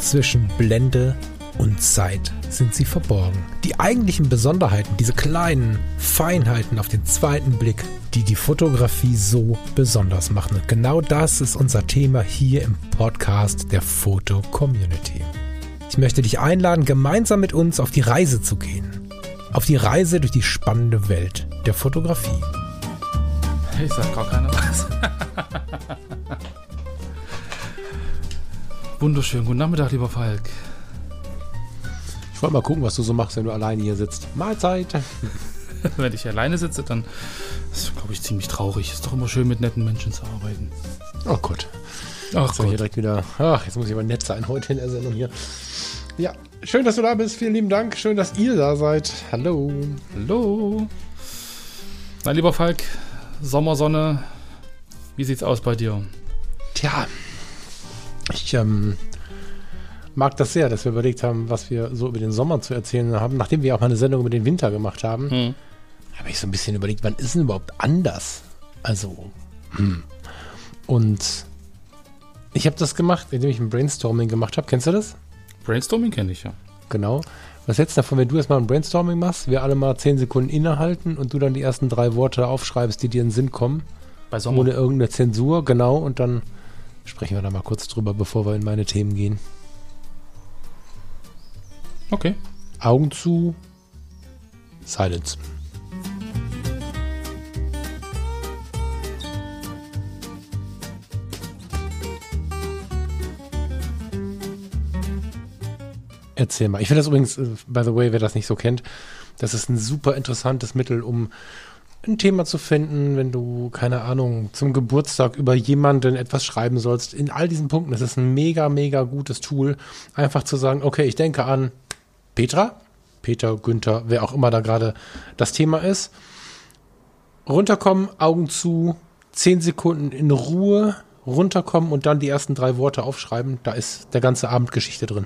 zwischen Blende und Zeit sind sie verborgen. Die eigentlichen Besonderheiten, diese kleinen Feinheiten auf den zweiten Blick, die die Fotografie so besonders machen. Und genau das ist unser Thema hier im Podcast der Foto-Community. Ich möchte dich einladen, gemeinsam mit uns auf die Reise zu gehen. Auf die Reise durch die spannende Welt der Fotografie. Ich sag gar keiner was. Wunderschön. Guten Nachmittag, lieber Falk. Ich wollte mal gucken, was du so machst, wenn du alleine hier sitzt. Mahlzeit. Wenn ich alleine sitze, dann ist es, glaube ich, ziemlich traurig. Ist doch immer schön, mit netten Menschen zu arbeiten. Oh Gott. Ach Gott. Hier direkt wieder. Ach, jetzt muss ich aber nett sein heute in der Sendung hier. Ja, schön, dass du da bist. Vielen lieben Dank. Schön, dass ihr da seid. Hallo. Hallo. Na, lieber Falk, Sommersonne, wie sieht's aus bei dir? Tja, ich mag das sehr, dass wir überlegt haben, was wir so über den Sommer zu erzählen haben. Nachdem wir auch mal eine Sendung über den Winter gemacht haben, habe ich so ein bisschen überlegt, wann ist denn überhaupt anders? Also, Und ich habe das gemacht, indem ich ein Brainstorming gemacht habe. Kennst du das? Brainstorming kenne ich ja. Genau. Was hältst du davon, wenn du erstmal ein Brainstorming machst, wir alle mal 10 Sekunden innehalten und du dann die ersten 3 Worte aufschreibst, die dir in den Sinn kommen? Bei Sommer. Ohne irgendeine Zensur, genau. Und dann sprechen wir da mal kurz drüber, bevor wir in meine Themen gehen. Okay. Augen zu. Silence. Erzähl mal. Ich finde das übrigens, by the way, wer das nicht so kennt, das ist ein super interessantes Mittel, um ein Thema zu finden, wenn du, keine Ahnung, zum Geburtstag über jemanden etwas schreiben sollst. In all diesen Punkten, das ist ein mega, mega gutes Tool, einfach zu sagen, okay, ich denke an Peter, Günther, wer auch immer da gerade das Thema ist. Runterkommen, Augen zu, 10 Sekunden in Ruhe, runterkommen und dann die ersten 3 Worte aufschreiben. Da ist der ganze Abend Geschichte drin.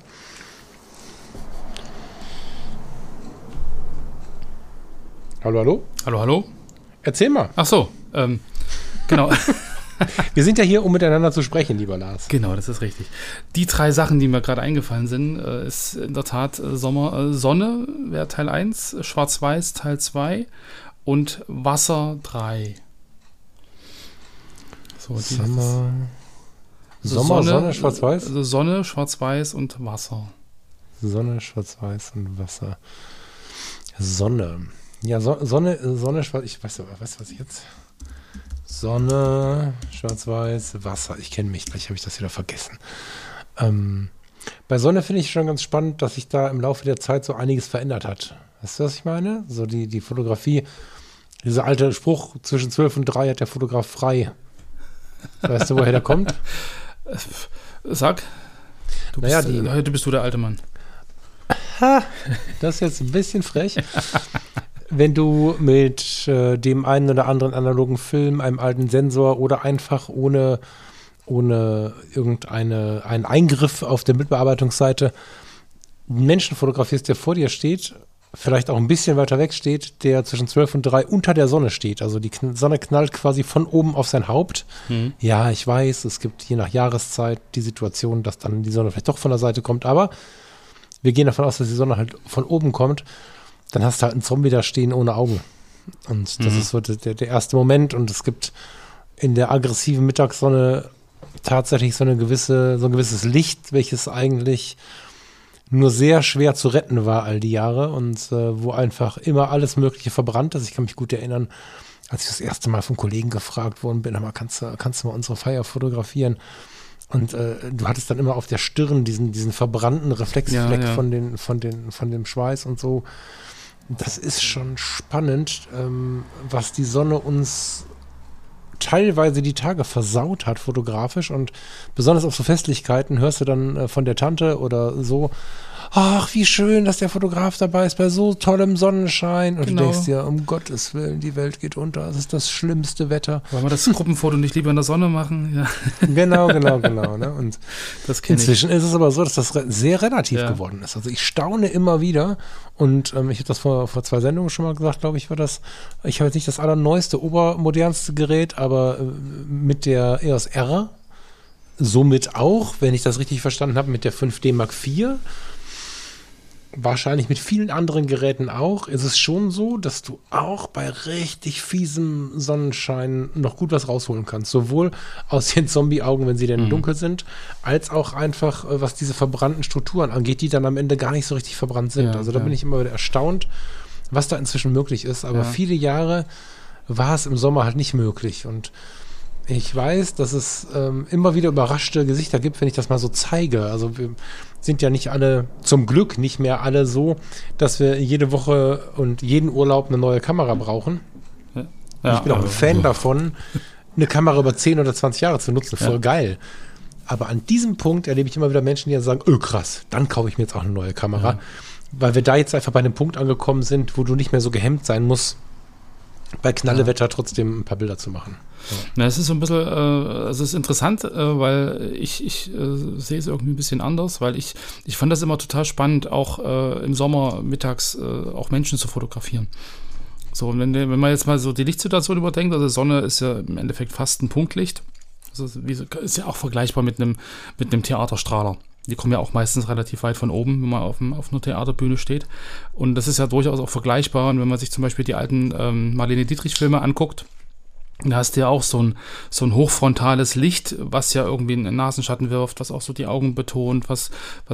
Hallo, hallo? Hallo, hallo? Erzähl mal. Ach so, genau. Wir sind ja hier, um miteinander zu sprechen, lieber Lars. Genau, das ist richtig. Die 3 Sachen, die mir gerade eingefallen sind, ist in der Tat Sonne wäre Teil 1, Schwarz-Weiß Teil 2 und Wasser 3. So, Sonne, Schwarz-Weiß? Also Sonne, Schwarz-Weiß und Wasser. Sonne, Schwarz-Weiß und Wasser. Sonne. Ja, Sonne, Schwarz, ich weiß was jetzt? Sonne, Schwarz-Weiß, Wasser. Ich kenne mich, gleich habe ich das wieder vergessen. Bei Sonne finde ich schon ganz spannend, dass sich da im Laufe der Zeit so einiges verändert hat. Weißt du, was ich meine? So die Fotografie, dieser alte Spruch, zwischen 12 und 3 hat der Fotograf frei. Weißt du, woher der kommt? Sag. Heute bist du der alte Mann. Ha, das ist jetzt ein bisschen frech. Wenn du mit dem einen oder anderen analogen Film, einem alten Sensor oder einfach ohne einen Eingriff auf der Bildbearbeitungsseite einen Menschen fotografierst, der vor dir steht, vielleicht auch ein bisschen weiter weg steht, der zwischen 12 und 3 unter der Sonne steht. Also die Sonne knallt quasi von oben auf sein Haupt. Ja, ich weiß, es gibt je nach Jahreszeit die Situation, dass dann die Sonne vielleicht doch von der Seite kommt, aber wir gehen davon aus, dass die Sonne halt von oben kommt. Dann hast du halt einen Zombie da stehen ohne Augen. Und das ist so der erste Moment. Und es gibt in der aggressiven Mittagssonne tatsächlich so ein gewisses Licht, welches eigentlich nur sehr schwer zu retten war all die Jahre und wo einfach immer alles Mögliche verbrannt ist. Ich kann mich gut erinnern, als ich das erste Mal vom Kollegen gefragt worden bin, kannst du mal unsere Feier fotografieren? Und du hattest dann immer auf der Stirn diesen verbrannten Reflexfleck von dem Schweiß und so. Das ist schon spannend, was die Sonne uns teilweise die Tage versaut hat fotografisch. Und besonders auf so Festlichkeiten hörst du dann von der Tante oder so, ach, wie schön, dass der Fotograf dabei ist bei so tollem Sonnenschein. Und du denkst dir, um Gottes Willen, die Welt geht unter. Es ist das schlimmste Wetter. Wollen wir das Gruppenfoto nicht lieber in der Sonne machen? Ja. Genau. Ne? Und inzwischen ist es aber so, dass das sehr relativ geworden ist. Also ich staune immer wieder. Und ich habe das vor 2 Sendungen schon mal gesagt, glaube ich, ich habe jetzt nicht das allerneueste, obermodernste Gerät, aber mit der EOS R somit auch, wenn ich das richtig verstanden habe, mit der 5D Mark IV, wahrscheinlich mit vielen anderen Geräten auch, ist es schon so, dass du auch bei richtig fiesem Sonnenschein noch gut was rausholen kannst. Sowohl aus den Zombie-Augen, wenn sie denn dunkel sind, als auch einfach, was diese verbrannten Strukturen angeht, die dann am Ende gar nicht so richtig verbrannt sind. Ja, also da bin ich immer wieder erstaunt, was da inzwischen möglich ist. Aber viele Jahre war es im Sommer halt nicht möglich. Und ich weiß, dass es immer wieder überraschte Gesichter gibt, wenn ich das mal so zeige. Also wir sind ja nicht alle, zum Glück nicht mehr alle so, dass wir jede Woche und jeden Urlaub eine neue Kamera brauchen. Ja, ich bin auch ein Fan davon, eine Kamera über 10 oder 20 Jahre zu nutzen. Voll geil. Aber an diesem Punkt erlebe ich immer wieder Menschen, die dann sagen, krass, dann kaufe ich mir jetzt auch eine neue Kamera. Ja. Weil wir da jetzt einfach bei einem Punkt angekommen sind, wo du nicht mehr so gehemmt sein musst, bei Knallewetter trotzdem ein paar Bilder zu machen. Ja, es ist so ein bisschen, es ist interessant, weil ich sehe es irgendwie ein bisschen anders, weil ich fand das immer total spannend, auch im Sommer mittags auch Menschen zu fotografieren. So, und wenn man jetzt mal so die Lichtsituation überdenkt, also Sonne ist ja im Endeffekt fast ein Punktlicht, also ist ja auch vergleichbar mit einem Theaterstrahler. Die kommen ja auch meistens relativ weit von oben, wenn man auf einer Theaterbühne steht. Und das ist ja durchaus auch vergleichbar. Und wenn man sich zum Beispiel die alten Marlene Dietrich-Filme anguckt, da hast du ja auch so ein hochfrontales Licht, was ja irgendwie einen Nasenschatten wirft, was auch so die Augen betont, was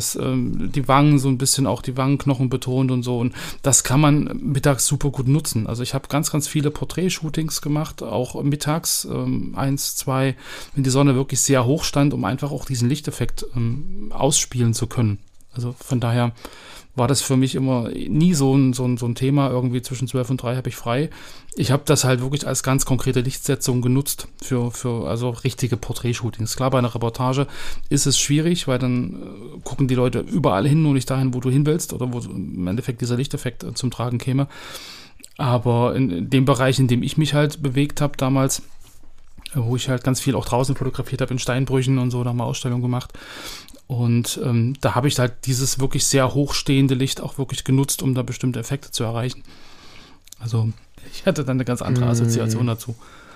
die Wangen so ein bisschen auch die Wangenknochen betont und so. Und das kann man mittags super gut nutzen. Also ich habe ganz, ganz viele Porträtshootings gemacht, auch mittags 1, 2, wenn die Sonne wirklich sehr hoch stand, um einfach auch diesen Lichteffekt ausspielen zu können. Also von daher war das für mich immer nie so ein Thema. Irgendwie zwischen 12 und 3 habe ich frei. Ich habe das halt wirklich als ganz konkrete Lichtsetzung genutzt für also richtige Porträtshootings. Klar, bei einer Reportage ist es schwierig, weil dann gucken die Leute überall hin, nur nicht dahin, wo du hin willst oder wo im Endeffekt dieser Lichteffekt zum Tragen käme. Aber in dem Bereich, in dem ich mich halt bewegt habe damals, wo ich halt ganz viel auch draußen fotografiert habe, in Steinbrüchen und so, da haben wir Ausstellungen gemacht. Und da habe ich halt dieses wirklich sehr hochstehende Licht auch wirklich genutzt, um da bestimmte Effekte zu erreichen. Also ich hatte dann eine ganz andere Assoziation dazu.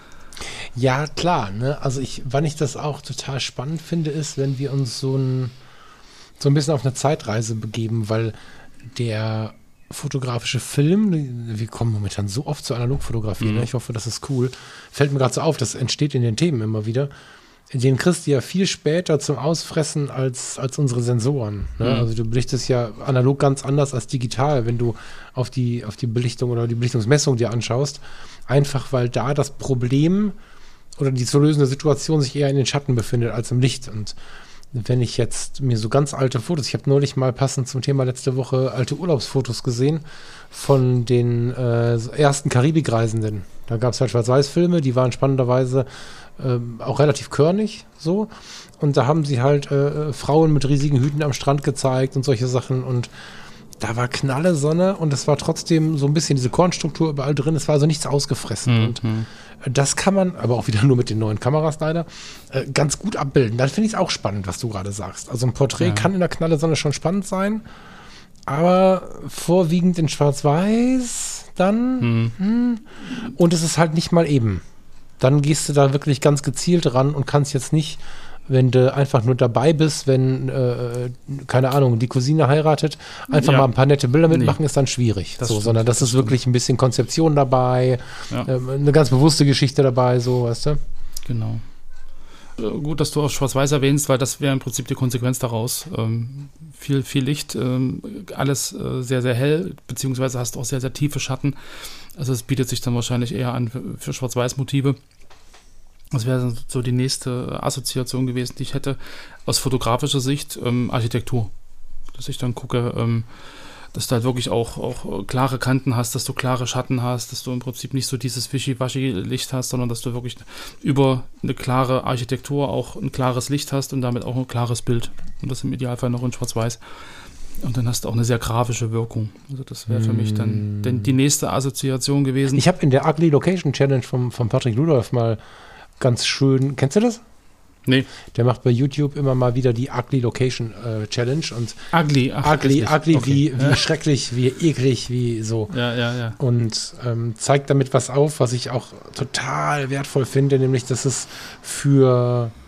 Ja, klar. Ne? Also wann ich das auch total spannend finde, ist, wenn wir uns so ein bisschen auf eine Zeitreise begeben, weil der fotografische Film, wir kommen momentan so oft zur Analogfotografie, ne? Ich hoffe, das ist cool. Fällt mir gerade so auf, das entsteht in den Themen immer wieder. Den kriegst du ja viel später zum Ausfressen als unsere Sensoren. Ne? Also du belichtest ja analog ganz anders als digital, wenn du auf die Belichtung oder die Belichtungsmessung dir anschaust. Einfach weil da das Problem oder die zu lösende Situation sich eher in den Schatten befindet als im Licht. Und wenn ich jetzt mir so ganz alte Fotos, ich habe neulich mal passend zum Thema letzte Woche alte Urlaubsfotos gesehen von den ersten Karibikreisenden. Da gab es halt Schwarz-Weiß-Filme, die waren spannenderweise auch relativ körnig so. Und da haben sie halt Frauen mit riesigen Hüten am Strand gezeigt und solche Sachen. Und da war knalle Sonne und es war trotzdem so ein bisschen diese Kornstruktur überall drin. Es war also nichts ausgefressen. Und das kann man, aber auch wieder nur mit den neuen Kameras leider, ganz gut abbilden. Dann finde ich es auch spannend, was du gerade sagst. Also ein Porträt kann in der knalle Sonne schon spannend sein, aber vorwiegend in Schwarz-Weiß dann. Und es ist halt nicht mal eben. Dann gehst du da wirklich ganz gezielt ran und kannst jetzt nicht, wenn du einfach nur dabei bist, wenn, keine Ahnung, die Cousine heiratet, einfach mal ein paar nette Bilder mitmachen, ist dann schwierig. Das stimmt, sondern das ist wirklich ein bisschen Konzeption dabei, eine ganz bewusste Geschichte dabei, so, weißt du? Genau. Gut, dass du auch Schwarz-Weiß erwähnst, weil das wäre im Prinzip die Konsequenz daraus. Viel Licht, alles sehr, sehr hell, beziehungsweise hast du auch sehr, sehr tiefe Schatten. Also es bietet sich dann wahrscheinlich eher an für Schwarz-Weiß-Motive. Das wäre so die nächste Assoziation gewesen, die ich hätte aus fotografischer Sicht, Architektur. Dass ich dann gucke, dass du halt wirklich auch klare Kanten hast, dass du klare Schatten hast, dass du im Prinzip nicht so dieses Wischi-Waschi-Licht hast, sondern dass du wirklich über eine klare Architektur auch ein klares Licht hast und damit auch ein klares Bild. Und das im Idealfall noch in Schwarz-Weiß. Und dann hast du auch eine sehr grafische Wirkung. Also das wäre für mich dann die nächste Assoziation gewesen. Ich habe in der Ugly Location Challenge vom Patrick Ludolf mal ganz schön, kennst du das? Nee. Der macht bei YouTube immer mal wieder die Ugly Location Challenge und Ugly okay. wie schrecklich, wie eklig, wie so. Ja. Und zeigt damit was auf, was ich auch total wertvoll finde, nämlich dass es für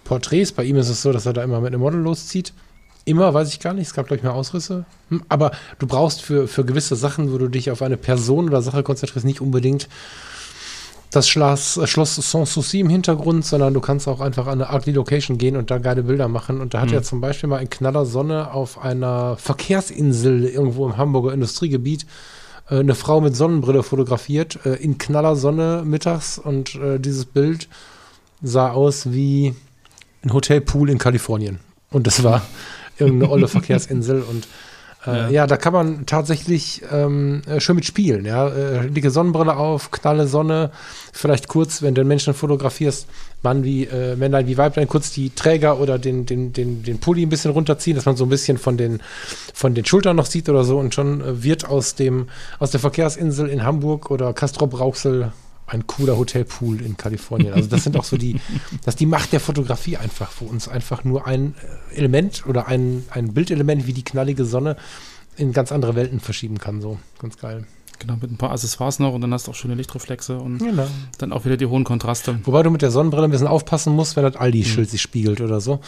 Porträts. Bei ihm ist es so, dass er da immer mit einem Model loszieht. Immer, weiß ich gar nicht. Es gab, glaube ich, mal Ausrisse. Aber du brauchst für gewisse Sachen, wo du dich auf eine Person oder Sache konzentrierst, nicht unbedingt das Schloss Sanssouci im Hintergrund, sondern du kannst auch einfach an eine ugly Location gehen und da geile Bilder machen. Und da hat er zum Beispiel mal in knaller Sonne auf einer Verkehrsinsel irgendwo im Hamburger Industriegebiet eine Frau mit Sonnenbrille fotografiert, in knaller Sonne mittags. Und dieses Bild sah aus wie ein Hotelpool in Kalifornien. Und das war irgendeine olle Verkehrsinsel und ja, da kann man tatsächlich schön mit spielen. Ja? Dicke Sonnenbrille auf, knalle Sonne, vielleicht kurz, wenn du einen Menschen fotografierst, Männlein wie Weiblein, kurz die Träger oder den Pulli ein bisschen runterziehen, dass man so ein bisschen von den Schultern noch sieht oder so und schon wird aus der Verkehrsinsel in Hamburg oder Castrop-Rauxel ein cooler Hotelpool in Kalifornien. Also das sind auch so das ist die Macht der Fotografie einfach, wo uns einfach nur ein Element oder ein Bildelement wie die knallige Sonne in ganz andere Welten verschieben kann. So, ganz geil. Genau, mit ein paar Accessoires noch und dann hast du auch schöne Lichtreflexe und dann auch wieder die hohen Kontraste. Wobei du mit der Sonnenbrille ein bisschen aufpassen musst, wenn das Aldi-Schild sich spiegelt oder so.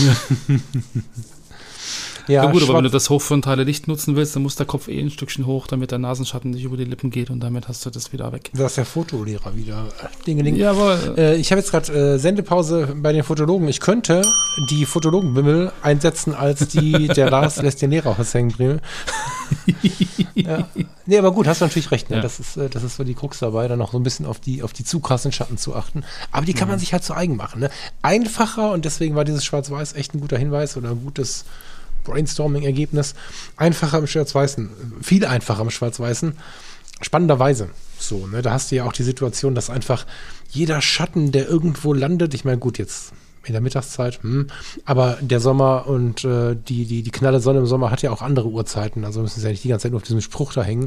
Ja, gut, aber wenn du das hochfrontale Licht nutzen willst, dann muss der Kopf ein Stückchen hoch, damit der Nasenschatten nicht über die Lippen geht und damit hast du das wieder weg. Da ist der Fotolehrer wieder. Dingeling. Jawohl. Ich habe jetzt gerade Sendepause bei den Fotologen. Ich könnte die Fotologenbimmel einsetzen als der Lars lässt den Lehrer aushängen. Ja. Nee, aber gut, hast du natürlich recht. Ne? Ja. Das ist so die Krux dabei, dann auch so ein bisschen auf die zu krassen Schatten zu achten. Aber die kann man sich halt zu eigen machen. Ne? Einfacher, und deswegen war dieses Schwarz-Weiß echt ein guter Hinweis oder ein gutes Brainstorming-Ergebnis. Einfacher im Schwarz-Weißen. Viel einfacher im Schwarz-Weißen. Spannenderweise. So, ne? Da hast du ja auch die Situation, dass einfach jeder Schatten, der irgendwo landet, ich meine, gut, jetzt in der Mittagszeit, aber der Sommer und die knalle Sonne im Sommer hat ja auch andere Uhrzeiten, also müssen sie ja nicht die ganze Zeit nur auf diesem Spruch da hängen.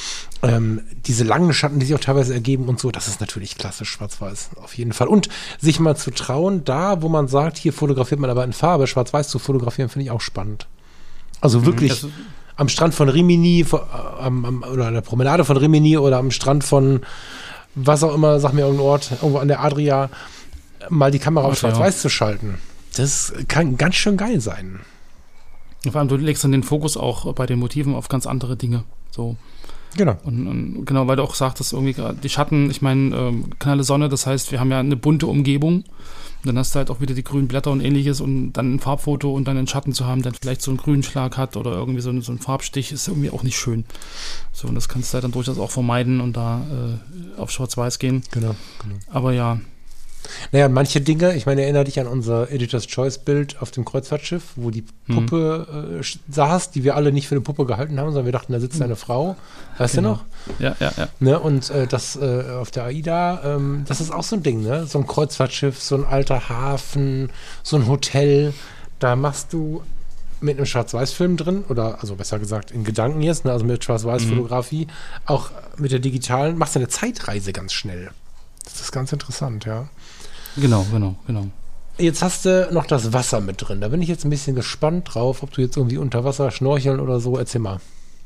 Diese langen Schatten, die sich auch teilweise ergeben und so, das ist natürlich klassisch Schwarz-Weiß, auf jeden Fall. Und sich mal zu trauen, da, wo man sagt, hier fotografiert man aber in Farbe, Schwarz-Weiß zu fotografieren, finde ich auch spannend. Also wirklich am Strand von Rimini, oder an der Promenade von Rimini oder am Strand von was auch immer, sag mir irgendein Ort, irgendwo an der Adria, mal die Kamera auf Schwarz-Weiß zu schalten. Das kann ganz schön geil sein. Vor allem, du legst dann den Fokus auch bei den Motiven auf ganz andere Dinge. So. Genau. Und genau, weil du auch sagtest, irgendwie die Schatten, ich meine, knalle Sonne, das heißt, wir haben ja eine bunte Umgebung. Und dann hast du halt auch wieder die grünen Blätter und ähnliches und dann ein Farbfoto und dann einen Schatten zu haben, der vielleicht so einen Grünschlag hat oder irgendwie so ein Farbstich, ist irgendwie auch nicht schön. So, und das kannst du halt dann durchaus auch vermeiden und da auf Schwarz-Weiß gehen. Genau. Aber ja. Naja, manche Dinge, ich meine, erinnere dich an unser Editor's Choice-Bild auf dem Kreuzfahrtschiff, wo die Puppe saß, die wir alle nicht für eine Puppe gehalten haben, sondern wir dachten, da sitzt eine Frau. Weißt du noch? Ja. Ne? Und das auf der AIDA, das ist auch so ein Ding, ne? So ein Kreuzfahrtschiff, so ein alter Hafen, so ein Hotel, da machst du mit einem Schwarz-Weiß-Film drin, oder also besser gesagt in Gedanken jetzt, ne? Also mit Schwarz-Weiß-Fotografie, auch mit der digitalen, machst du eine Zeitreise ganz schnell. Das ist ganz interessant, ja. Genau. Jetzt hast du noch das Wasser mit drin. Da bin ich jetzt ein bisschen gespannt drauf, ob du jetzt irgendwie unter Wasser schnorcheln oder so. Erzähl mal.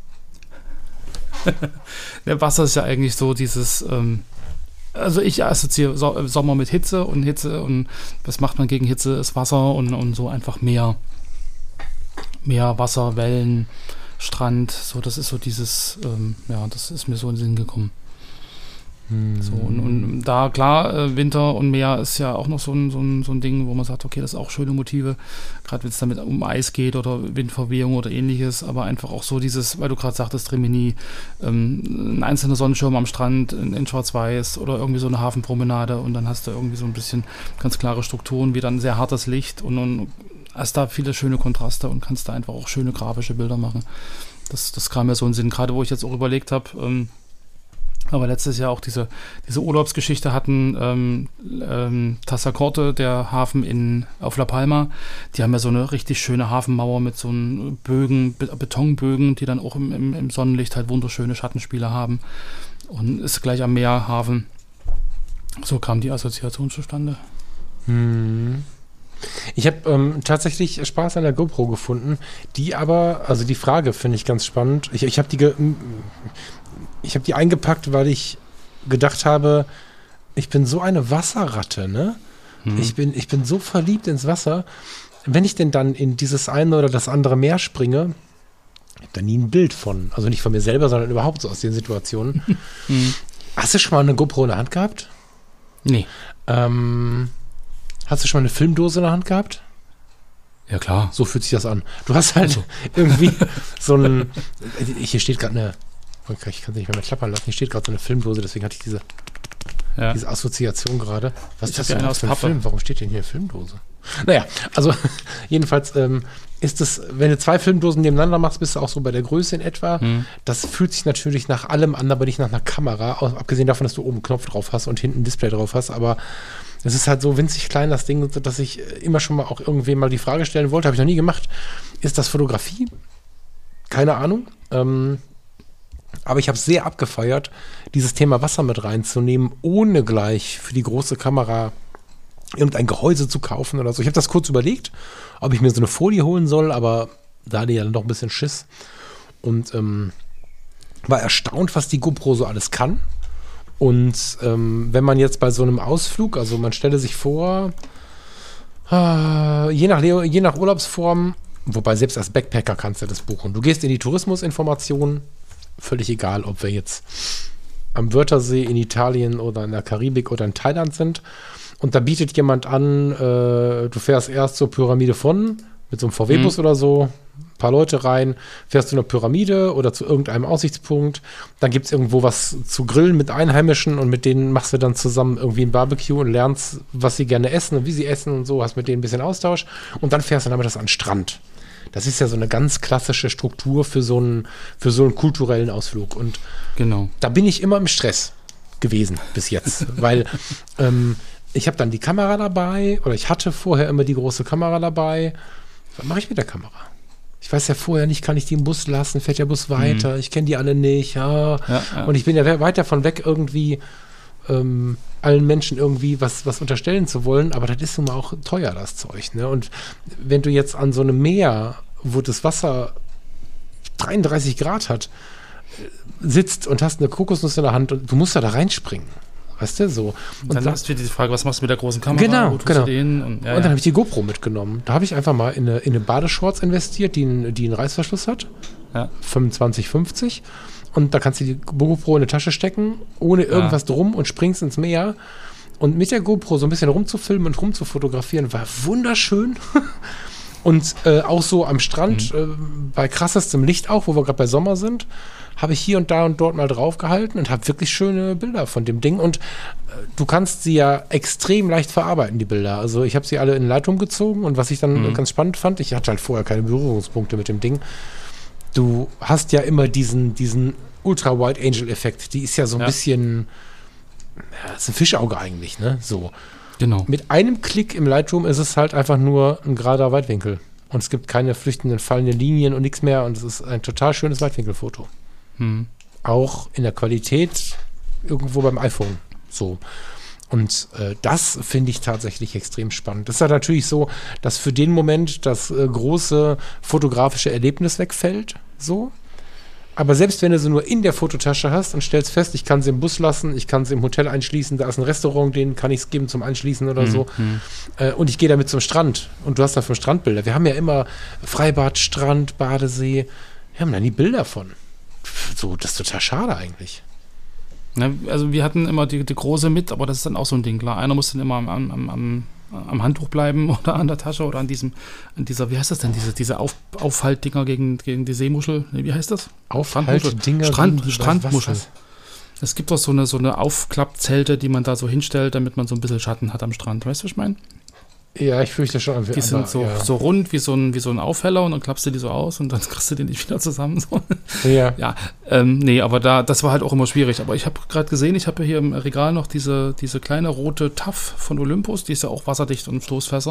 Der Wasser ist ja eigentlich so dieses, also ich assoziiere Sommer mit Hitze und was macht man gegen Hitze? Ist Wasser und so einfach Meer, Wasser, Wellen, Strand. So, das ist so dieses, das ist mir so in den Sinn gekommen. So, und da, klar, Winter und Meer ist ja auch noch so ein Ding, wo man sagt, okay, das sind auch schöne Motive, gerade wenn es damit um Eis geht oder Windverwehung oder ähnliches, aber einfach auch so dieses, weil du gerade sagtest, Rimini, ein einzelner Sonnenschirm am Strand in Schwarz-Weiß oder irgendwie so eine Hafenpromenade und dann hast du irgendwie so ein bisschen ganz klare Strukturen, wie dann sehr hartes Licht und hast da viele schöne Kontraste und kannst da einfach auch schöne grafische Bilder machen. Das kam mir so in den Sinn, gerade wo ich jetzt auch überlegt habe, aber letztes Jahr auch diese Urlaubsgeschichte hatten, Tassacorte, der Hafen auf La Palma, die haben ja so eine richtig schöne Hafenmauer mit so einen Bögen, Betonbögen, die dann auch im Sonnenlicht halt wunderschöne Schattenspiele haben und ist gleich am Meerhafen. So kam die Assoziation zustande. Ich habe tatsächlich Spaß an der GoPro gefunden, die aber, also die Frage finde ich ganz spannend. Ich habe die eingepackt, weil ich gedacht habe, ich bin so eine Wasserratte, ne? Ich bin so verliebt ins Wasser. Wenn ich denn dann in dieses eine oder das andere Meer springe, ich habe da nie ein Bild von. Also nicht von mir selber, sondern überhaupt so aus den Situationen. Hast du schon mal eine GoPro in der Hand gehabt? Nee. Hast du schon mal eine Filmdose in der Hand gehabt? Ja, klar. So fühlt sich das an. Du hast halt irgendwie so ein. Hier steht gerade eine. Ich kann es nicht mehr klappern lassen. Hier steht gerade so eine Filmdose, deswegen hatte ich diese Assoziation gerade. Was ist das denn für ein Film? Warum steht denn hier eine Filmdose? Naja, also jedenfalls ist es, wenn du 2 Filmdosen nebeneinander machst, bist du auch so bei der Größe in etwa. Das fühlt sich natürlich nach allem an, aber nicht nach einer Kamera. Abgesehen davon, dass du oben einen Knopf drauf hast und hinten ein Display drauf hast. Aber es ist halt so winzig klein, das Ding, dass ich immer schon mal auch irgendwem mal die Frage stellen wollte. Habe ich noch nie gemacht. Ist das Fotografie? Keine Ahnung. Aber ich habe sehr abgefeiert, dieses Thema Wasser mit reinzunehmen, ohne gleich für die große Kamera irgendein Gehäuse zu kaufen oder so. Ich habe das kurz überlegt, ob ich mir so eine Folie holen soll, aber da hatte ich ja dann doch ein bisschen Schiss. Und war erstaunt, was die GoPro so alles kann. Und wenn man jetzt bei so einem Ausflug, also man stelle sich vor, je nach Urlaubsform, wobei selbst als Backpacker kannst du das buchen. Du gehst in die Tourismusinformationen, völlig egal, ob wir jetzt am Wörthersee in Italien oder in der Karibik oder in Thailand sind. Und da bietet jemand an, du fährst erst zur Pyramide von, mit so einem VW-Bus oder so, ein paar Leute rein, fährst zu einer Pyramide oder zu irgendeinem Aussichtspunkt, dann gibt es irgendwo was zu grillen mit Einheimischen und mit denen machst du dann zusammen irgendwie ein Barbecue und lernst, was sie gerne essen und wie sie essen und so, hast mit denen ein bisschen Austausch und dann fährst du damit das an den Strand. Das ist ja so eine ganz klassische Struktur für so einen kulturellen Ausflug. Und da bin ich immer im Stress gewesen bis jetzt, weil ich habe dann die Kamera dabei oder ich hatte vorher immer die große Kamera dabei. Was mache ich mit der Kamera? Ich weiß ja vorher nicht, kann ich die im Bus lassen, fährt der Bus weiter, ich kenne die alle nicht, Und ich bin ja weit davon weg, irgendwie allen Menschen irgendwie was unterstellen zu wollen, aber das ist nun mal auch teuer, das Zeug. Ne? Und wenn du jetzt an so einem Meer, wo das Wasser 33 Grad hat, sitzt und hast eine Kokosnuss in der Hand und du musst da reinspringen. Weißt du, so. Und dann hast du wieder die Frage, was machst du mit der großen Kamera? Genau. Und dann habe ich die GoPro mitgenommen. Da habe ich einfach mal in eine Badeshorts investiert, die einen Reißverschluss hat. Ja. 25,50. Und da kannst du die GoPro in eine Tasche stecken, ohne irgendwas drum und springst ins Meer. Und mit der GoPro so ein bisschen rumzufilmen und rumzufotografieren, war wunderschön. Und auch so am Strand, bei krassestem Licht auch, wo wir gerade bei Sommer sind, habe ich hier und da und dort mal draufgehalten und habe wirklich schöne Bilder von dem Ding. Und du kannst sie ja extrem leicht verarbeiten, die Bilder. Also ich habe sie alle in Lightroom gezogen und was ich dann ganz spannend fand, ich hatte halt vorher keine Berührungspunkte mit dem Ding. Du hast ja immer diesen Ultra-Wide-Angel-Effekt. Die ist ja so ein bisschen, das ist ein Fischauge eigentlich, ne? So. Genau. Mit einem Klick im Lightroom ist es halt einfach nur ein gerader Weitwinkel. Und es gibt keine flüchtenden, fallenden Linien und nichts mehr. Und es ist ein total schönes Weitwinkelfoto. Auch in der Qualität irgendwo beim iPhone. So. Und das finde ich tatsächlich extrem spannend. Das ist ja natürlich so, dass für den Moment das große fotografische Erlebnis wegfällt. So. Aber selbst wenn du sie nur in der Fototasche hast und stellst fest, ich kann sie im Bus lassen, ich kann sie im Hotel einschließen, da ist ein Restaurant, den kann ich es geben zum Einschließen oder so. Und ich gehe damit zum Strand und du hast da vom Strandbilder. Wir haben ja immer Freibad, Strand, Badesee. Wir haben da nie Bilder von. So, das ist total schade eigentlich. Ja, also wir hatten immer die große mit, aber das ist dann auch so ein Ding, klar. Einer muss dann immer am Handtuch bleiben oder an der Tasche oder an dieser, wie heißt das denn, diese Aufhaltdinger gegen die Seemuschel, wie heißt das? Aufhaltdinger? Strandmuschel. Es gibt doch so eine Aufklappzelte, die man da so hinstellt, damit man so ein bisschen Schatten hat am Strand. Weißt du, was ich meine? Ja, ich fürchte schon. Die sind so rund wie so ein Aufheller und dann klappst du die so aus und dann kriegst du die nicht wieder zusammen. So. Ja. Nee, aber das war halt auch immer schwierig. Aber ich habe gerade gesehen, ich habe hier im Regal noch diese kleine rote TAF von Olympus, die ist ja auch wasserdicht und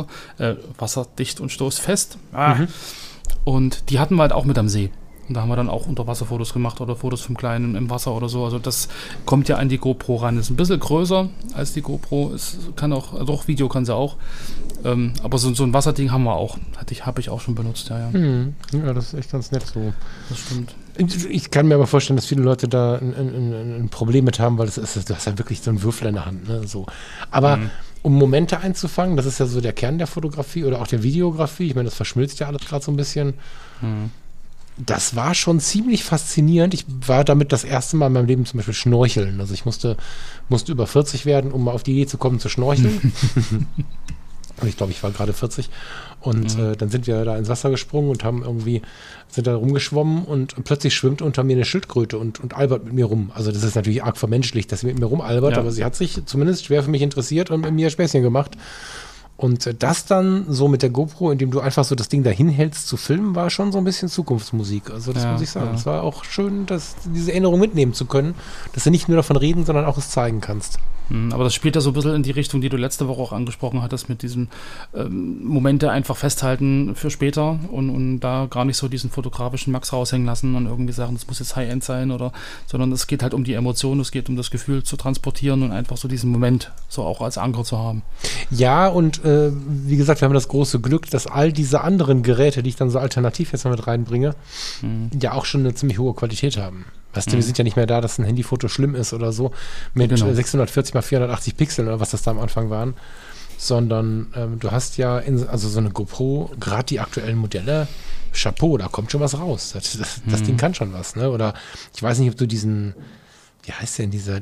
stoßfest. Und die hatten wir halt auch mit am See. Und da haben wir dann auch Unterwasserfotos gemacht oder Fotos vom Kleinen im Wasser oder so. Also das kommt ja an die GoPro ran. Ist ein bisschen größer als die GoPro. Es kann auch Video kann sie auch. Aber so ein Wasserding haben wir auch. Habe ich auch schon benutzt, ja. Ja, das ist echt ganz nett so. Das stimmt. Ich kann mir aber vorstellen, dass viele Leute da ein Problem mit haben, weil du hast ja wirklich so einen Würfel in der Hand. Ne? So. Aber um Momente einzufangen. Das ist ja so der Kern der Fotografie oder auch der Videografie. Ich meine, das verschmilzt ja alles gerade so ein bisschen. Das war schon ziemlich faszinierend. Ich war damit das erste Mal in meinem Leben zum Beispiel schnorcheln. Also ich musste über 40 werden, um mal auf die Idee zu kommen, zu schnorcheln. Und ich glaube, ich war gerade 40. Und dann sind wir da ins Wasser gesprungen und sind da rumgeschwommen und plötzlich schwimmt unter mir eine Schildkröte und albert mit mir rum. Also das ist natürlich arg vermenschlicht, dass sie mit mir rumalbert, aber sie hat sich zumindest schwer für mich interessiert und mit mir Späßchen gemacht. Und das dann so mit der GoPro, indem du einfach so das Ding dahin hältst zu filmen, war schon so ein bisschen Zukunftsmusik. Also das muss ich sagen. Es war auch schön, diese Erinnerung mitnehmen zu können, dass du nicht nur davon reden, sondern auch es zeigen kannst. Aber das spielt ja so ein bisschen in die Richtung, die du letzte Woche auch angesprochen hattest, mit diesen Momente einfach festhalten für später und da gar nicht so diesen fotografischen Max raushängen lassen und irgendwie sagen, das muss jetzt High-End sein sondern es geht halt um die Emotion, es geht um das Gefühl zu transportieren und einfach so diesen Moment so auch als Anker zu haben. Ja, und wie gesagt, wir haben das große Glück, dass all diese anderen Geräte, die ich dann so alternativ jetzt mal mit reinbringe, ja auch schon eine ziemlich hohe Qualität haben. Weißt du, wir sind ja nicht mehr da, dass ein Handyfoto schlimm ist oder so, mit 640 x 480 Pixeln oder was das da am Anfang waren, sondern du hast ja also so eine GoPro, gerade die aktuellen Modelle, Chapeau, da kommt schon was raus. Das Ding kann schon was, ne? Oder ich weiß nicht, ob du wie heißt denn dieser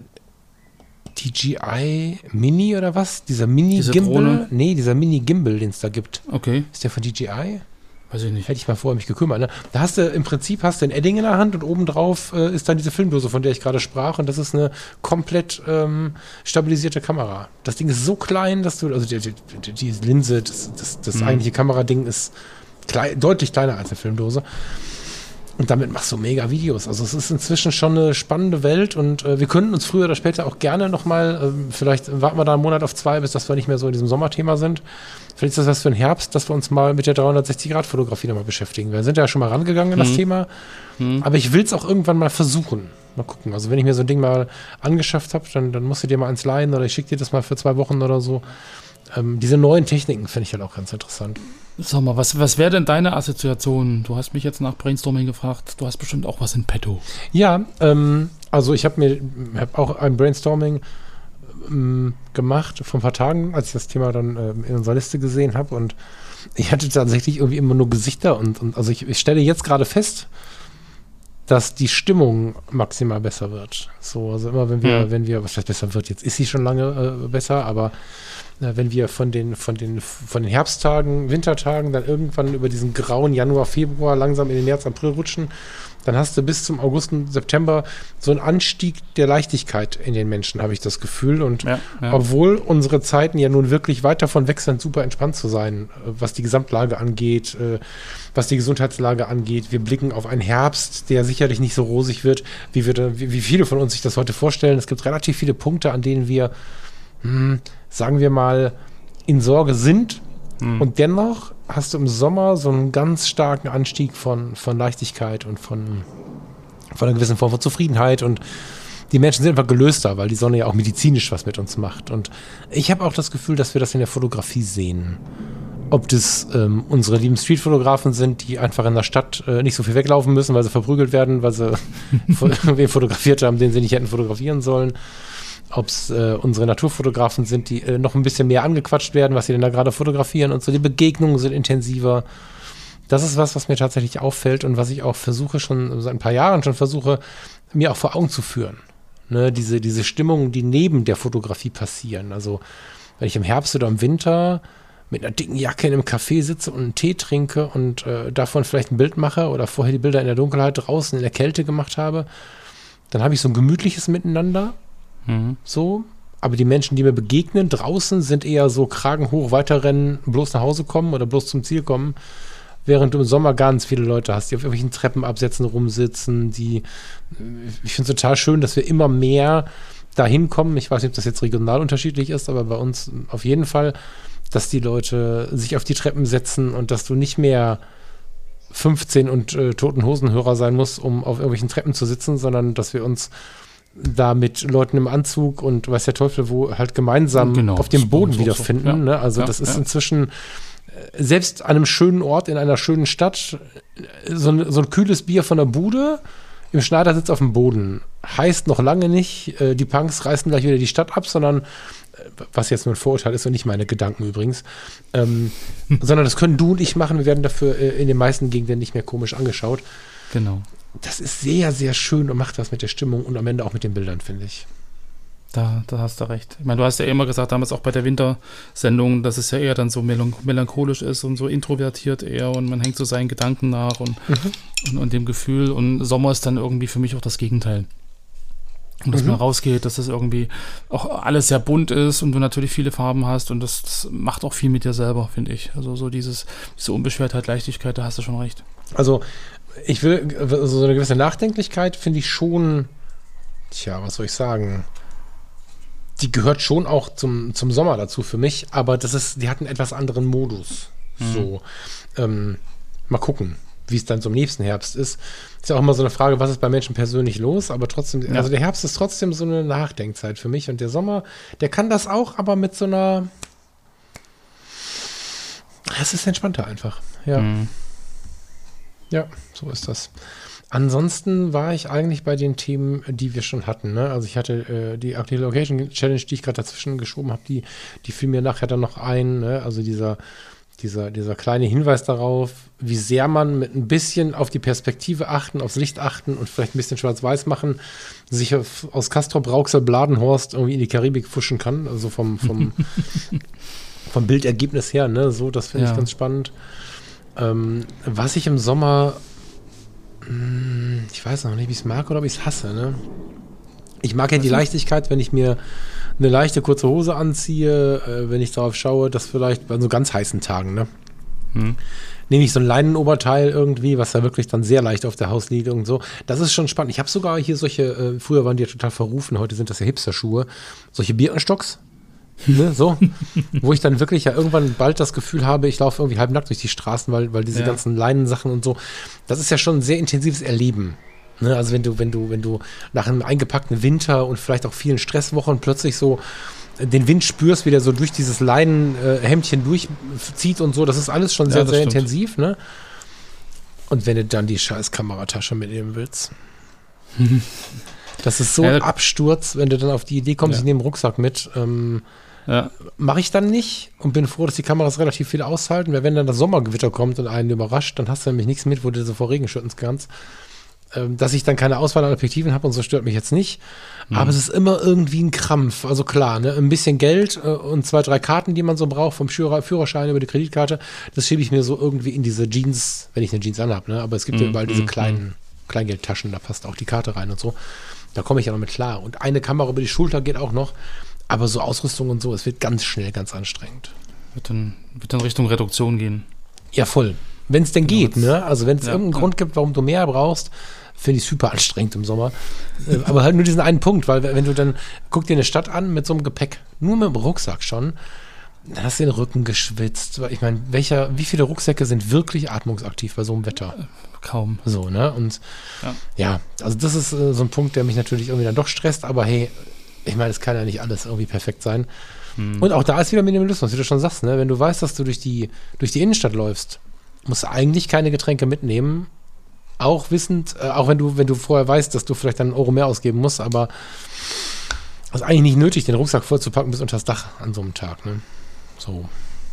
DJI Mini oder was? Dieser Mini-Gimbal? Nee, dieser Mini-Gimbal, den es da gibt. Okay. Ist der von DJI? Weiß ich nicht. Hätte ich mal vorher mich gekümmert. Ne? Da hast du im Prinzip ein Edding in der Hand und obendrauf ist dann diese Filmdose, von der ich gerade sprach, und das ist eine komplett stabilisierte Kamera. Das Ding ist so klein, dass du, also die Linse, das eigentliche Kamerading ist deutlich kleiner als eine Filmdose. Und damit machst du mega Videos. Also es ist inzwischen schon eine spannende Welt und wir könnten uns früher oder später auch gerne nochmal, vielleicht warten wir da einen Monat auf 2, bis dass wir nicht mehr so in diesem Sommerthema sind. Vielleicht ist das was für den Herbst, dass wir uns mal mit der 360-Grad-Fotografie nochmal beschäftigen. Wir sind ja schon mal rangegangen in das Thema, aber ich will es auch irgendwann mal versuchen. Mal gucken. Also wenn ich mir so ein Ding mal angeschafft habe, dann musst du dir mal eins leihen oder ich schicke dir das mal für 2 Wochen oder so. Diese neuen Techniken finde ich halt auch ganz interessant. Sag mal, was wäre denn deine Assoziation? Du hast mich jetzt nach Brainstorming gefragt. Du hast bestimmt auch was in petto. Ja, also ich habe auch ein Brainstorming gemacht vor ein paar Tagen, als ich das Thema dann in unserer Liste gesehen habe. Und ich hatte tatsächlich irgendwie immer nur Gesichter. Und also ich stelle jetzt gerade fest, dass die Stimmung maximal besser wird. So, also immer wenn wir, was heißt besser wird, jetzt ist sie schon lange besser, aber wenn wir von den Herbsttagen, Wintertagen dann irgendwann über diesen grauen Januar, Februar langsam in den März, April rutschen, dann hast du bis zum August und September so einen Anstieg der Leichtigkeit in den Menschen, habe ich das Gefühl. Und obwohl unsere Zeiten ja nun wirklich weit davon weg sind, super entspannt zu sein, was die Gesamtlage angeht, was die Gesundheitslage angeht. Wir blicken auf einen Herbst, der sicherlich nicht so rosig wird, wie viele von uns sich das heute vorstellen. Es gibt relativ viele Punkte, an denen wir sagen wir mal, in Sorge sind. Und dennoch hast du im Sommer so einen ganz starken Anstieg von Leichtigkeit und von einer gewissen Form von Zufriedenheit. Und die Menschen sind einfach gelöster, weil die Sonne ja auch medizinisch was mit uns macht. Und ich habe auch das Gefühl, dass wir das in der Fotografie sehen. Ob das unsere lieben Streetfotografen sind, die einfach in der Stadt nicht so viel weglaufen müssen, weil sie verprügelt werden, weil sie wen fotografiert haben, den sie nicht hätten fotografieren sollen. Ob es unsere Naturfotografen sind, die noch ein bisschen mehr angequatscht werden, was sie denn da gerade fotografieren und so. Die Begegnungen sind intensiver. Das ist was mir tatsächlich auffällt und was ich auch versuche, schon seit ein paar Jahren mir auch vor Augen zu führen. Ne, diese Stimmungen, die neben der Fotografie passieren. Also wenn ich im Herbst oder im Winter mit einer dicken Jacke in einem Café sitze und einen Tee trinke und davon vielleicht ein Bild mache oder vorher die Bilder in der Dunkelheit draußen in der Kälte gemacht habe, dann habe ich so ein gemütliches Miteinander. So, aber die Menschen, die mir begegnen draußen, sind eher so Kragen hoch, weiterrennen, bloß nach Hause kommen oder bloß zum Ziel kommen, während du im Sommer ganz viele Leute hast, die auf irgendwelchen Treppenabsätzen rumsitzen, ich finde es total schön, dass wir immer mehr dahin kommen. Ich weiß nicht, ob das jetzt regional unterschiedlich ist, aber bei uns auf jeden Fall, dass die Leute sich auf die Treppen setzen und dass du nicht mehr 15 und toten Hosenhörer sein musst, um auf irgendwelchen Treppen zu sitzen, sondern dass wir uns da mit Leuten im Anzug und weiß der Teufel wo halt gemeinsam auf dem Boden wiederfinden. Ja. Ne? Also das ist inzwischen selbst an einem schönen Ort in einer schönen Stadt so ein kühles Bier von der Bude im Schneidersitz auf dem Boden. Heißt noch lange nicht, die Punks reißen gleich wieder die Stadt ab, sondern, was jetzt nur ein Vorurteil ist und nicht meine Gedanken übrigens, sondern das können du und ich machen. Wir werden dafür in den meisten Gegenden nicht mehr komisch angeschaut. Genau. Das ist sehr, sehr schön und macht was mit der Stimmung und am Ende auch mit den Bildern, finde ich. Da hast du recht. Ich meine, du hast ja immer gesagt, damals auch bei der Wintersendung, dass es ja eher dann so melancholisch ist und so introvertiert eher und man hängt so seinen Gedanken nach und dem Gefühl. Und Sommer ist dann irgendwie für mich auch das Gegenteil. Und dass man rausgeht, dass das irgendwie auch alles sehr bunt ist und du natürlich viele Farben hast und das macht auch viel mit dir selber, finde ich. Also so diese Unbeschwertheit, Leichtigkeit, da hast du schon recht. Also ich will, so eine gewisse Nachdenklichkeit finde ich schon, was soll ich sagen, die gehört schon auch zum Sommer dazu für mich, aber die hat einen etwas anderen Modus. So, mal gucken, wie es dann zum nächsten Herbst ist. Ist ja auch immer so eine Frage, was ist bei Menschen persönlich los, aber trotzdem, also der Herbst ist trotzdem so eine Nachdenkzeit für mich und der Sommer, der kann das auch, aber mit so einer, es ist entspannter einfach, ja. Ja, so ist das. Ansonsten war ich eigentlich bei den Themen, die wir schon hatten. Ne? Also ich hatte die Active Location Challenge, die ich gerade dazwischen geschoben habe, die fiel mir nachher dann noch ein. Ne? Also dieser kleine Hinweis darauf, wie sehr man mit ein bisschen auf die Perspektive achten, aufs Licht achten und vielleicht ein bisschen schwarz-weiß machen, sich aus Castrop, Rauxel, Bladenhorst irgendwie in die Karibik fuschen kann. Also vom Bildergebnis her. Ne? So, das finde ich ganz spannend. Was ich im Sommer, ich weiß noch nicht, wie ich es mag oder ob ich es hasse. Ne? Ich mag ja die Leichtigkeit, wenn ich mir eine leichte kurze Hose anziehe, wenn ich darauf schaue, dass vielleicht bei so ganz heißen Tagen, ne? Nehme ich so ein Leinenoberteil irgendwie, was da wirklich dann sehr leicht auf der Haut liegt und so. Das ist schon spannend. Ich habe sogar hier solche, früher waren die ja total verrufen, heute sind das ja Hipster-Schuhe, solche Birkenstocks. Ne, so, wo ich dann wirklich ja irgendwann bald das Gefühl habe, ich laufe irgendwie halbnackt durch die Straßen, weil diese ganzen Leinensachen und so, das ist ja schon ein sehr intensives Erleben. Ne, also wenn du nach einem eingepackten Winter und vielleicht auch vielen Stresswochen plötzlich so den Wind spürst, wie der so durch dieses Leinenhemdchen durchzieht und so, das ist alles schon sehr, sehr intensiv, ne? Und wenn du dann die scheiß Kameratasche mitnehmen willst. Das ist so ein Absturz, wenn du dann auf die Idee kommst, ich nehme einen Rucksack mit. Mache ich dann nicht und bin froh, dass die Kameras relativ viel aushalten, weil wenn dann das Sommergewitter kommt und einen überrascht, dann hast du nämlich nichts mit, wo du so vor Regen schütten kannst. Dass ich dann keine Auswahl an Objektiven habe und so stört mich jetzt nicht. Aber es ist immer irgendwie ein Krampf. Also klar, ne, ein bisschen Geld und 2, 3 Karten, die man so braucht, vom Führerschein über die Kreditkarte, das schiebe ich mir so irgendwie in diese Jeans, wenn ich eine Jeans anhabe. Ne? Aber es gibt ja überall diese kleinen Kleingeldtaschen, da passt auch die Karte rein und so. Da komme ich ja noch mit klar. Und eine Kamera über die Schulter geht auch noch. Aber so Ausrüstung und so, es wird ganz schnell ganz anstrengend. Wird dann Richtung Reduktion gehen. Ja, voll. Wenn es denn geht, ne? Also wenn es irgendeinen Grund gibt, warum du mehr brauchst, finde ich super anstrengend im Sommer. Aber halt nur diesen einen Punkt, weil wenn du dann, guck dir eine Stadt an mit so einem Gepäck, nur mit dem Rucksack schon, dann hast du den Rücken geschwitzt. Ich meine, wie viele Rucksäcke sind wirklich atmungsaktiv bei so einem Wetter? Kaum. So, ne? Und ja also das ist so ein Punkt, der mich natürlich irgendwie dann doch stresst, aber hey, ich meine, es kann ja nicht alles irgendwie perfekt sein. Und auch da ist wieder Minimalismus, wie du schon sagst, ne? Wenn du weißt, dass du durch die Innenstadt läufst, musst du eigentlich keine Getränke mitnehmen, auch wissend, auch wenn du vorher weißt, dass du vielleicht dann 1 Euro mehr ausgeben musst, aber es ist eigentlich nicht nötig, den Rucksack vollzupacken bis unter das Dach an so einem Tag, ne? So.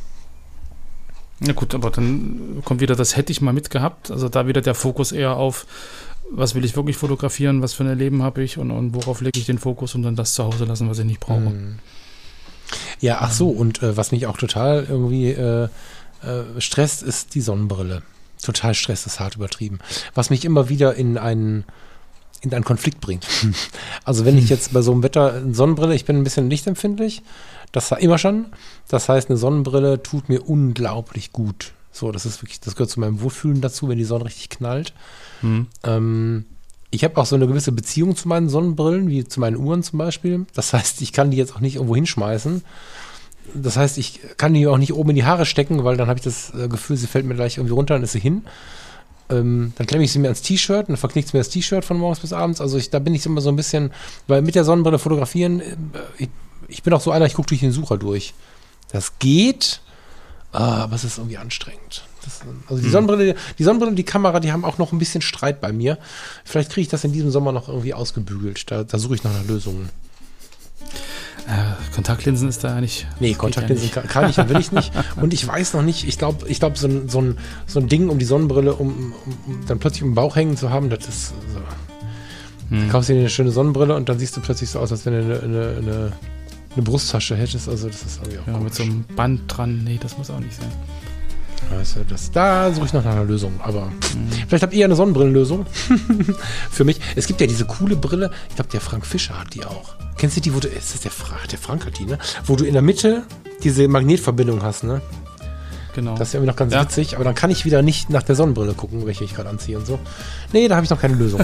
Ja gut, aber dann kommt wieder das hätte ich mal mitgehabt, also da wieder der Fokus eher auf, was will ich wirklich fotografieren, was für ein Erleben habe ich und worauf lege ich den Fokus und dann das zu Hause lassen, was ich nicht brauche. Ja, ach so, und was mich auch total irgendwie stresst, ist die Sonnenbrille. Total Stress ist hart übertrieben. Was mich immer wieder in einen Konflikt bringt. Also wenn ich jetzt bei so einem Wetter eine Sonnenbrille, ich bin ein bisschen lichtempfindlich, das war immer schon. Das heißt, eine Sonnenbrille tut mir unglaublich gut. So, das ist wirklich, das gehört zu meinem Wohlfühlen dazu, wenn die Sonne richtig knallt. Ich habe auch so eine gewisse Beziehung zu meinen Sonnenbrillen, wie zu meinen Uhren zum Beispiel. Das heißt, ich kann die jetzt auch nicht irgendwo hinschmeißen. Das heißt, ich kann die auch nicht oben in die Haare stecken, weil dann habe ich das Gefühl, sie fällt mir gleich irgendwie runter und ist sie hin. Dann klemme ich sie mir ans T-Shirt und dann verknickt es mir das T-Shirt von morgens bis abends. Also da bin ich immer so ein bisschen, weil mit der Sonnenbrille fotografieren, ich bin auch so einer, ich gucke durch den Sucher durch. Das geht, aber es ist irgendwie anstrengend. Also die Sonnenbrille und die Kamera, die haben auch noch ein bisschen Streit bei mir. Vielleicht kriege ich das in diesem Sommer noch irgendwie ausgebügelt. Da suche ich noch nach Lösungen. Kontaktlinsen ist da ja nicht. Nee, Kontaktlinsen kann ich und will ich nicht. Und ich weiß noch nicht, ich glaube, so ein Ding um die Sonnenbrille, um dann plötzlich um den Bauch hängen zu haben, das ist so. Du kaufst dir eine schöne Sonnenbrille und dann siehst du plötzlich so aus, als wenn du eine Brusttasche hättest. Also das ist irgendwie auch komisch. Mit so einem Band dran. Nee, das muss auch nicht sein. Also da suche ich noch nach einer Lösung. Aber vielleicht habt ihr eine Sonnenbrillenlösung für mich. Es gibt ja diese coole Brille. Ich glaube, der Frank Fischer hat die auch. Kennst du die, ist das der Frank hat die, ne? Wo du in der Mitte diese Magnetverbindung hast, ne? Genau. Das ist irgendwie noch ganz witzig, aber dann kann ich wieder nicht nach der Sonnenbrille gucken, welche ich gerade anziehe und so. Nee, da habe ich noch keine Lösung.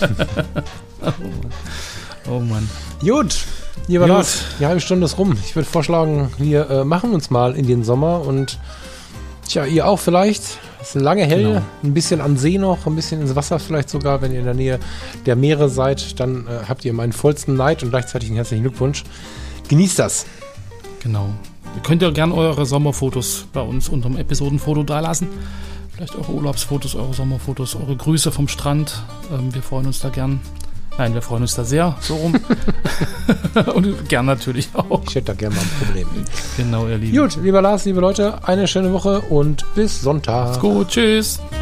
Oh Mann. Gut, lieber Lars, die halbe Stunde ist rum. Ich würde vorschlagen, wir machen uns mal in den Sommer und ihr auch vielleicht. Es ist lange hell, ein bisschen an See noch, ein bisschen ins Wasser vielleicht sogar. Wenn ihr in der Nähe der Meere seid, dann habt ihr meinen vollsten Neid und gleichzeitig einen herzlichen Glückwunsch. Genießt das. Genau. Ihr könnt ja gerne eure Sommerfotos bei uns unter dem Episodenfoto dalassen. Vielleicht eure Urlaubsfotos, eure Sommerfotos, eure Grüße vom Strand. Wir freuen uns da gern. Nein, wir freuen uns da sehr, so rum. Und gern natürlich auch. Ich hätte da gerne mal ein Problem. Genau, ihr Lieben. Gut, lieber Lars, liebe Leute, eine schöne Woche und bis Sonntag. Macht's gut, tschüss.